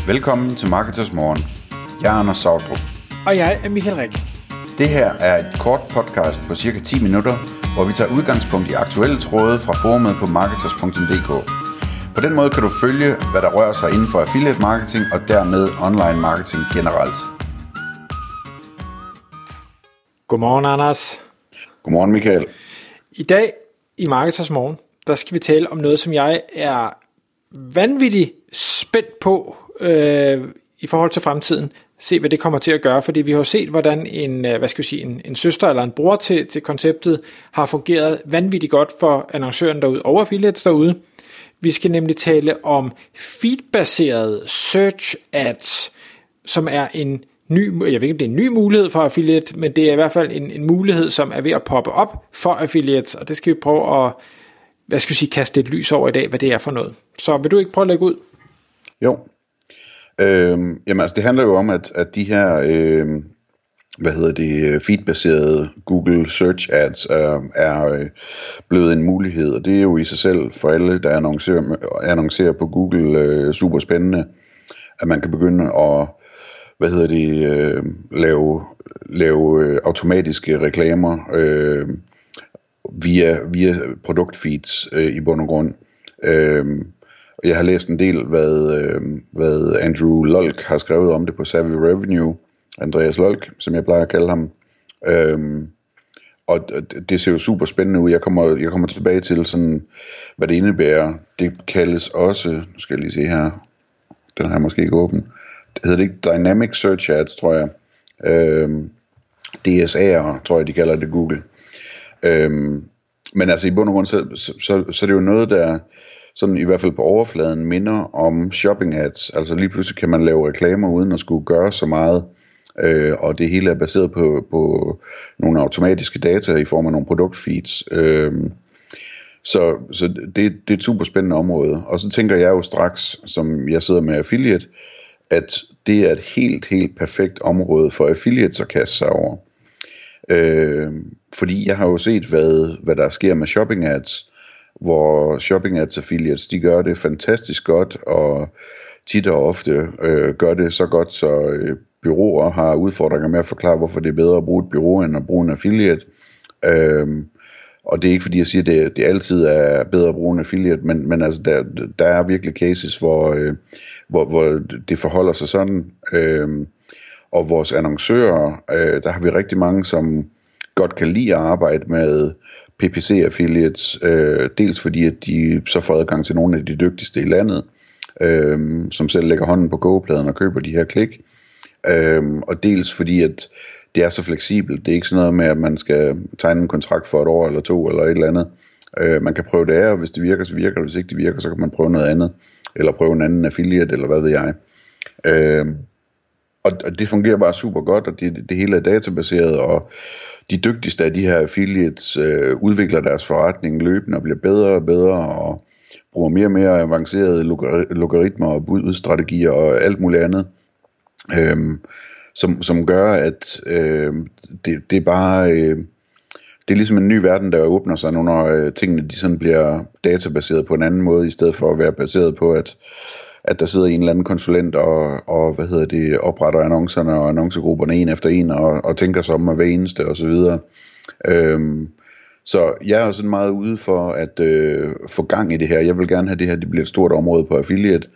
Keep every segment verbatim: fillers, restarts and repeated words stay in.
Velkommen til Marketers Morgen. Jeg er Anders Sautrup. Og jeg er Michael Rik. Det her er et kort podcast på cirka ti minutter, hvor vi tager udgangspunkt i aktuelle tråde fra forumet på marketers punktum d k. På den måde kan du følge, hvad der rører sig inden for affiliate marketing og dermed online marketing generelt. Godmorgen, Anders. Godmorgen, Michael. I dag i Marketers Morgen, der skal vi tale om noget, som jeg er vanvittigt spændt på øh, i forhold til fremtiden. Se, hvad det kommer til at gøre, fordi vi har set, hvordan en, hvad skal vi sige, en, en søster eller en bror til, til konceptet har fungeret vanvittigt godt for annoncøren derude og affiliates derude. Vi skal nemlig tale om feedbaserede search ads, som er en ny, jeg ved ikke, om det er en ny mulighed for affiliate, men det er i hvert fald en, en mulighed, som er ved at poppe op for affiliates, og det skal vi prøve at, hvad skal vi sige, kaste lidt lys over i dag, hvad det er for noget. Så vil du ikke prøve at lægge ud? Jo. Øhm, jamen altså, det handler jo om, at, at de her, øh, hvad hedder det, feedbaserede Google Search Ads er, er øh, blevet en mulighed, og det er jo i sig selv for alle, der annoncerer, annoncerer på Google, øh, super spændende, at man kan begynde at, hvad hedder det, øh, lave, lave øh, automatiske reklamer øh, via, via produktfeeds øh, i bund og grund. Øh, Jeg har læst en del, hvad, øh, hvad Andrew Lolk har skrevet om det på Savvy Revenue, Andreas Lolk, som jeg plejer at kalde ham. Øhm, og det ser jo super spændende ud. Jeg kommer, jeg kommer tilbage til, sådan, hvad det indebærer. Det kaldes også, nu skal jeg lige se her, den har jeg måske ikke åben. Det hedder det ikke Dynamic Search Ads, tror jeg. Øhm, D S A'er, tror jeg, de kalder det Google. Øhm, men altså i bund og grund, så, så, så, så er det jo noget, der sådan i hvert fald på overfladen minder om shopping ads. Altså lige pludselig kan man lave reklamer uden at skulle gøre så meget, øh, og det hele er baseret på, på nogle automatiske data i form af nogle produktfeeds. Øh, så så det, det er et super spændende område. Og så tænker jeg jo straks, som jeg sidder med affiliate, at det er et helt, helt perfekt område for affiliates at kaste sig over. Øh, fordi jeg har jo set, hvad, hvad der sker med shopping ads, hvor shopping ads affiliates, de gør det fantastisk godt, og tit og ofte øh, gør det så godt, så øh, bureauer har udfordringer med at forklare, hvorfor det er bedre at bruge et bureau, end at bruge en affiliate. Øhm, og det er ikke fordi, jeg siger, at det, det altid er bedre at bruge en affiliate, men, men altså, der, der er virkelig cases, hvor, øh, hvor, hvor det forholder sig sådan. Øh, og vores annoncører, øh, der har vi rigtig mange, som godt kan lide at arbejde med P P C-affiliates, øh, dels fordi, at de så får adgang til nogle af de dygtigste i landet, øh, som selv lægger hånden på kogepladen og køber de her klik, øh, og dels fordi, at det er så fleksibelt. Det er ikke sådan noget med, at man skal tegne en kontrakt for et år eller to eller et eller andet. Øh, man kan prøve det af, og hvis det virker, så virker det. Hvis ikke det virker, så kan man prøve noget andet, eller prøve en anden affiliate, eller hvad ved jeg. Øh, og, og det fungerer bare super godt, og det, det hele er databaseret, og de dygtigste af de her affiliates øh, udvikler deres forretning løbende og bliver bedre og bedre og bruger mere og mere avancerede logaritmer og budstrategier og alt muligt andet, øh, som, som gør, at øh, det, det er bare øh, det er ligesom en ny verden, der åbner sig nu, når øh, tingene de sådan bliver databaseret på en anden måde, i stedet for at være baseret på, at at der sidder en eller anden konsulent og, og hvad hedder det, opretter annoncerne og annoncegrupperne en efter en og, og tænker sig om at hver eneste og så videre. Øhm, så jeg er sådan meget ude for at øh, få gang i det her. Jeg vil gerne have det her, det bliver et stort område på affiliate.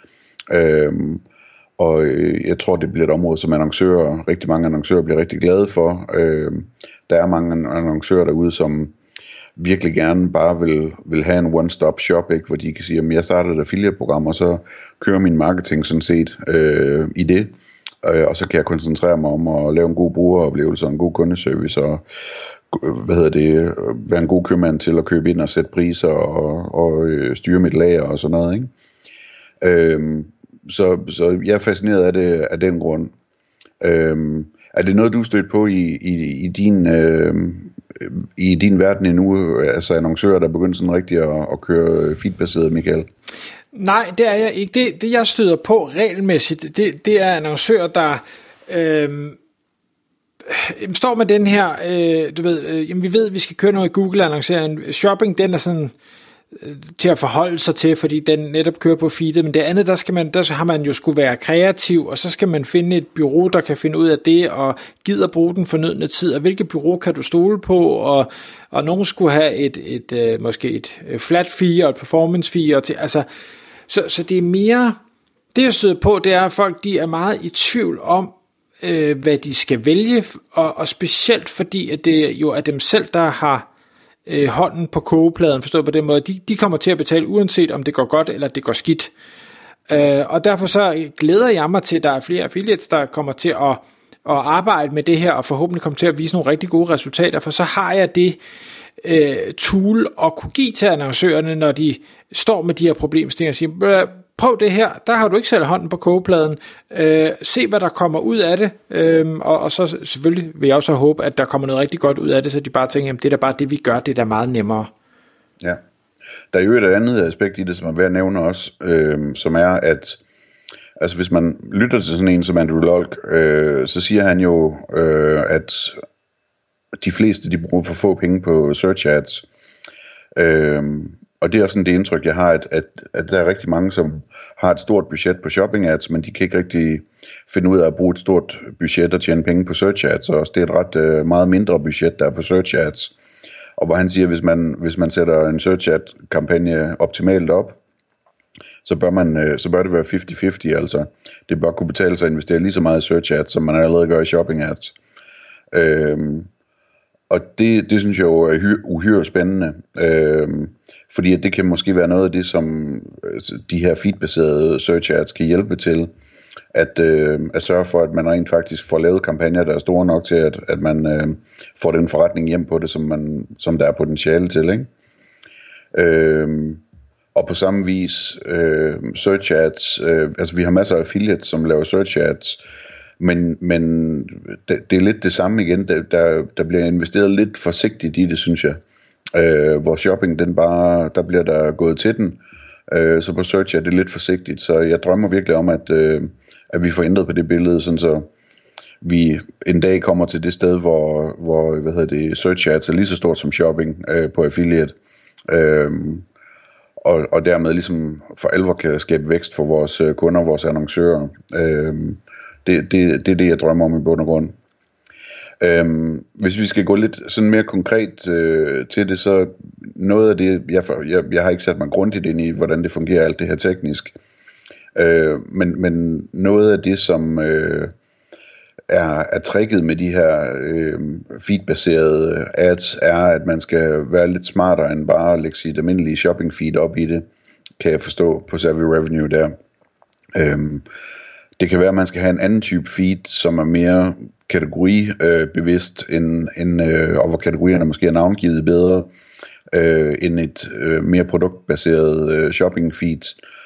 Øhm, og øh, jeg tror, det bliver et område, som annoncører, rigtig mange annoncører bliver rigtig glade for. Øhm, der er mange annoncører derude, som virkelig gerne bare vil, vil have en one-stop shop, ikke, hvor de kan sige, at jeg starter et affiliate-program, og så kører min marketing sådan set øh, i det, øh, og så kan jeg koncentrere mig om at lave en god brugeroplevelse og en god kundeservice, og hvad hedder det, være en god købmand til at købe ind og sætte priser og, og øh, styre mit lager og sådan noget, ikke? Øh, så, så jeg er fascineret af det af den grund. Øh, er det noget, du stødt på i, i, i din... Øh, i din verden endnu, altså annoncører, der begynder sådan rigtig at, at køre feedbaseret, Michael? Nej, det er jeg ikke. Det, det jeg støder på regelmæssigt, det, det er annoncører, der øh, står med den her, øh, du ved, øh, jamen vi ved, at vi skal køre noget i Google-annoncering. Shopping, den er sådan, til at forholde sig til, fordi den netop kører på feedet, men det andet, der, skal man, der har man jo skulle være kreativ, og så skal man finde et bureau, der kan finde ud af det, og gider bruge den fornødne tid, og hvilket bureau kan du stole på, og, og nogen skulle have et, et, et måske et flat fee, og et performance fee, og til, altså, så, så det er mere, det jeg støder på, det er, at folk de er meget i tvivl om, øh, hvad de skal vælge, og, og specielt fordi, at det jo er dem selv, der har øh, hånden på kogepladen, forstået på den måde, de, de kommer til at betale, uanset om det går godt, eller det går skidt. Øh, og derfor så glæder jeg mig til, at der er flere affiliates, der kommer til at, at arbejde med det her, og forhåbentlig kommer til at vise nogle rigtig gode resultater, for så har jeg det øh, tool at kunne give til annoncørerne, når de står med de her problemstillinger, og siger, prøv det her, der har du ikke selv hånden på kogepladen, øh, se hvad der kommer ud af det, øh, og, og så selvfølgelig vil jeg også håbe, at der kommer noget rigtig godt ud af det, så de bare tænker, jamen det er da bare det vi gør, det er da meget nemmere. Ja, der er jo et andet aspekt i det, som er værd at nævne også, øh, som er, at altså hvis man lytter til sådan en som Andrew Lolk, øh, så siger han jo, øh, at de fleste de bruger for få penge på search ads, øh, og det er også sådan det indtryk, jeg har, at, at, at der er rigtig mange, som har et stort budget på shopping ads, men de kan ikke rigtig finde ud af at bruge et stort budget og tjene penge på search ads, og det er et ret uh, meget mindre budget, der er på search ads. Og hvor han siger, at hvis man, hvis man sætter en search ad kampagne optimalt op, så bør, man, uh, så bør det være halvtreds halvtreds, altså det bør kunne betale sig at investere lige så meget i search ads, som man allerede gør i shopping ads. Øhm, og det, det synes jeg jo er hy- uhyre spændende, øhm, fordi at det kan måske være noget af det, som de her feedbaserede search ads kan hjælpe til, at, øh, at sørge for, at man rent faktisk får lavet kampagner, der er store nok til, at, at man øh, får den forretning hjem på det, som, man, som der er potentiale til, ikke? Øh, og på samme vis, øh, search ads, øh, altså vi har masser af affiliates, som laver search ads, men, men det, det er lidt det samme igen, der, der, der bliver investeret lidt forsigtigt i det, synes jeg. Øh, hvor shopping, den bare, der bliver der gået til den, øh, så på search er det lidt forsigtigt, så jeg drømmer virkelig om, at, øh, at vi får ændret på det billede, sådan så vi en dag kommer til det sted, hvor, hvor hvad hedder det, search ads er lige så stort som shopping øh, på affiliate, øh, og, og dermed ligesom for alvor kan skabe vækst for vores kunder, vores annoncører. Øh, det, det, det er det, jeg drømmer om i bund og grund. Øhm, hvis vi skal gå lidt sådan mere konkret øh, til det, så noget af det, jeg, jeg, jeg har ikke sat mig grundigt ind i, hvordan det fungerer alt det her teknisk, øh, men, men noget af det, som øh, er, er tricket med de her øh, feedbaserede ads, er, at man skal være lidt smartere end bare at lægge sit almindelige shopping feed op i det, kan jeg forstå på Savvy Revenue der. Øh, det kan være, at man skal have en anden type feed, som er mere kategoribevidst, øh, end, end, øh, og hvor kategorierne måske er navngivet bedre, øh, end et øh, mere produktbaseret øh, shopping feed.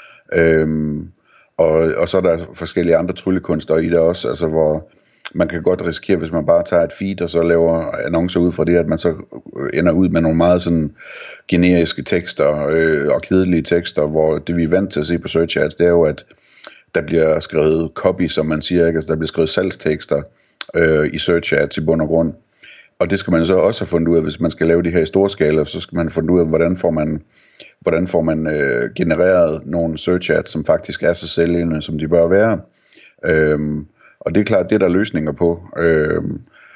Øhm, og, og så er der forskellige andre tryllekunster i det også, altså hvor man kan godt risikere, hvis man bare tager et feed, og så laver annoncer ud fra det, at man så ender ud med nogle meget sådan generiske tekster øh, og kedelige tekster, hvor det vi er vant til at se på search ads, det er jo, at der bliver skrevet copy, som man siger, ikke? Altså der bliver skrevet salgstekster øh, i search ads i bund og grund. Og det skal man så også have fundet ud af, hvis man skal lave det her i store skala, så skal man have fundet ud af, hvordan får man, hvordan får man øh, genereret nogle search ads, som faktisk er så sælgende, som de bør være. Øhm, og det er klart, det er der løsninger på. Øhm,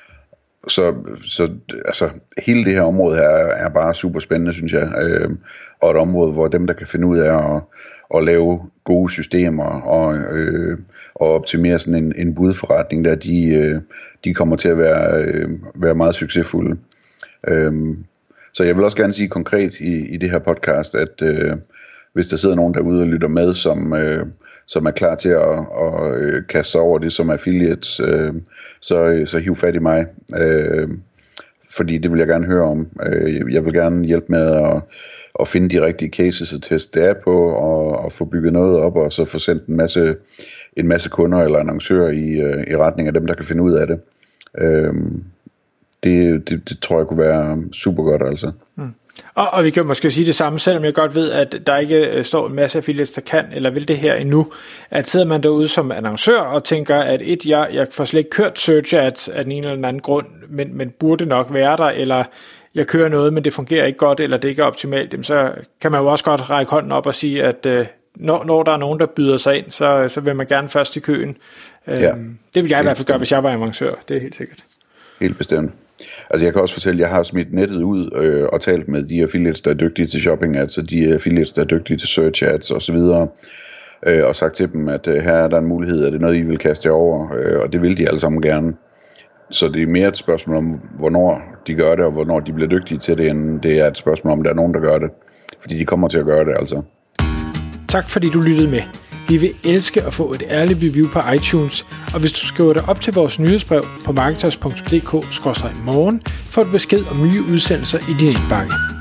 så så altså, hele det her område her er bare super spændende, synes jeg. Øhm, og et område, hvor dem, der kan finde ud af at og lave gode systemer og, øh, og optimere sådan en, en budforretning, der de, øh, de kommer til at være, øh, være meget succesfulde. Øhm, så jeg vil også gerne sige konkret i, i det her podcast, at øh, hvis der sidder nogen derude og lytter med, som, øh, som er klar til at, at, at kaste sig over det som affiliates, øh, så, så hiv fat i mig, øh, fordi det vil jeg gerne høre om. Øh, jeg vil gerne hjælpe med at og finde de rigtige cases at teste det af på, og, og få bygget noget op, og så få sendt en masse, en masse kunder eller annoncører i, uh, i retning af dem, der kan finde ud af det. Øhm, det, det, det tror jeg kunne være super godt, altså. Mm. Og, og vi kan måske sige det samme, selvom jeg godt ved, at der ikke står en masse affiliates, der kan eller vil det her endnu, at sidder man derude som annoncør og tænker, at et, jeg, jeg får slet ikke kørt search ads af den ene eller den anden grund, men, men burde nok være der, eller jeg kører noget, men det fungerer ikke godt, eller det ikke er optimalt, jamen, så kan man jo også godt række hånden op og sige, at øh, når, når der er nogen, der byder sig ind, så, så vil man gerne først i køen. Øh, ja. Det vil jeg i hvert fald gøre, hvis jeg var annoncør, det er helt sikkert. Helt bestemt. Altså jeg kan også fortælle, at jeg har smidt nettet ud øh, og talt med de affiliates, der er dygtige til shopping ads, og de affiliates, der er dygtige til search ads osv., øh, og sagt til dem, at øh, her er der en mulighed, at det er noget, I vil kaste jer over, øh, og det vil de alle sammen gerne. Så det er mere et spørgsmål om, hvornår de gør det, og hvornår de bliver dygtige til det, end det er et spørgsmål om, der er nogen, der gør det. Fordi de kommer til at gøre det, altså. Tak fordi du lyttede med. Vi vil elske at få et ærligt review på iTunes, og hvis du skriver dig op til vores nyhedsbrev på marketers punktum d k skråstreg morgen, får du besked om nye udsendelser i din indbakke.